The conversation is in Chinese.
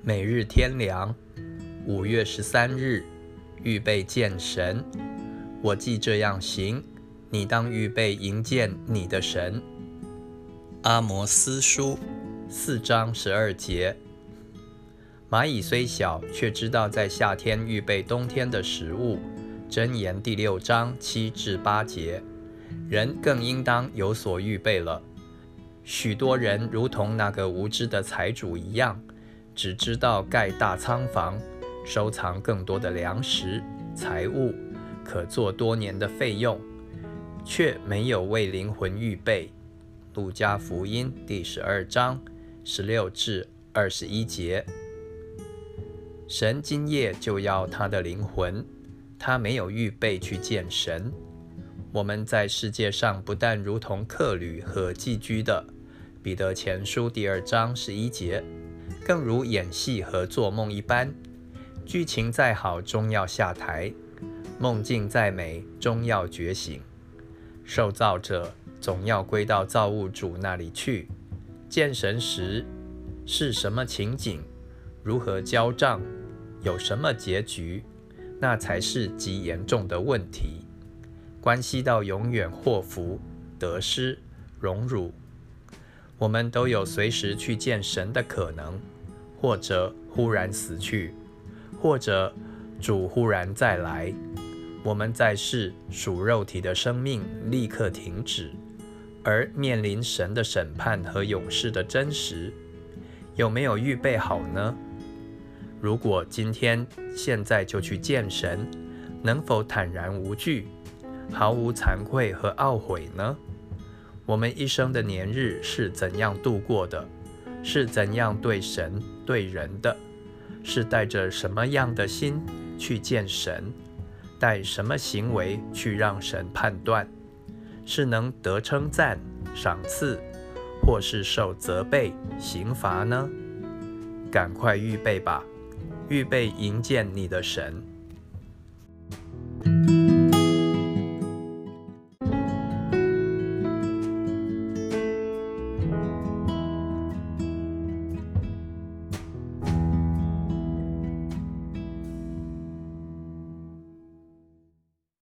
每日天良，5月13日，预备见神。我既这样行，你当预备迎见你的神。阿摩司书4章12节。蚂蚁虽小，却知道在夏天预备冬天的食物。箴言第6章7至8节。人更应当有所预备了。许多人如同那个无知的财主一样，只知道盖大仓房，收藏更多的粮食、财物，可做多年的费用，却没有为灵魂预备。路加福音第12章16至21节。神今夜就要他的灵魂，他没有预备去见神。我们在世界上不但如同客旅和寄居的，彼得前书第2章11节，更如演戏和做梦一般，剧情再好终要下台，梦境再美终要觉醒。受造者总要归到造物主那里去。见神时是什么情景，如何交账，有什么结局，那才是极严重的问题，关系到永远祸福、得失、荣辱。我们都有随时去见神的可能，或者忽然死去，或者主忽然再来。我们在世属肉体的生命立刻停止，而面临神的审判和永世的真实，有没有预备好呢？如果今天现在就去见神，能否坦然无惧，毫无惭愧和懊悔呢？我们一生的年日是怎样度过的？是怎样对神对人的？是带着什么样的心去见神？带什么行为去让神判断？是能得称赞、赏赐，或是受责备、刑罚呢？赶快预备吧，预备迎见你的神。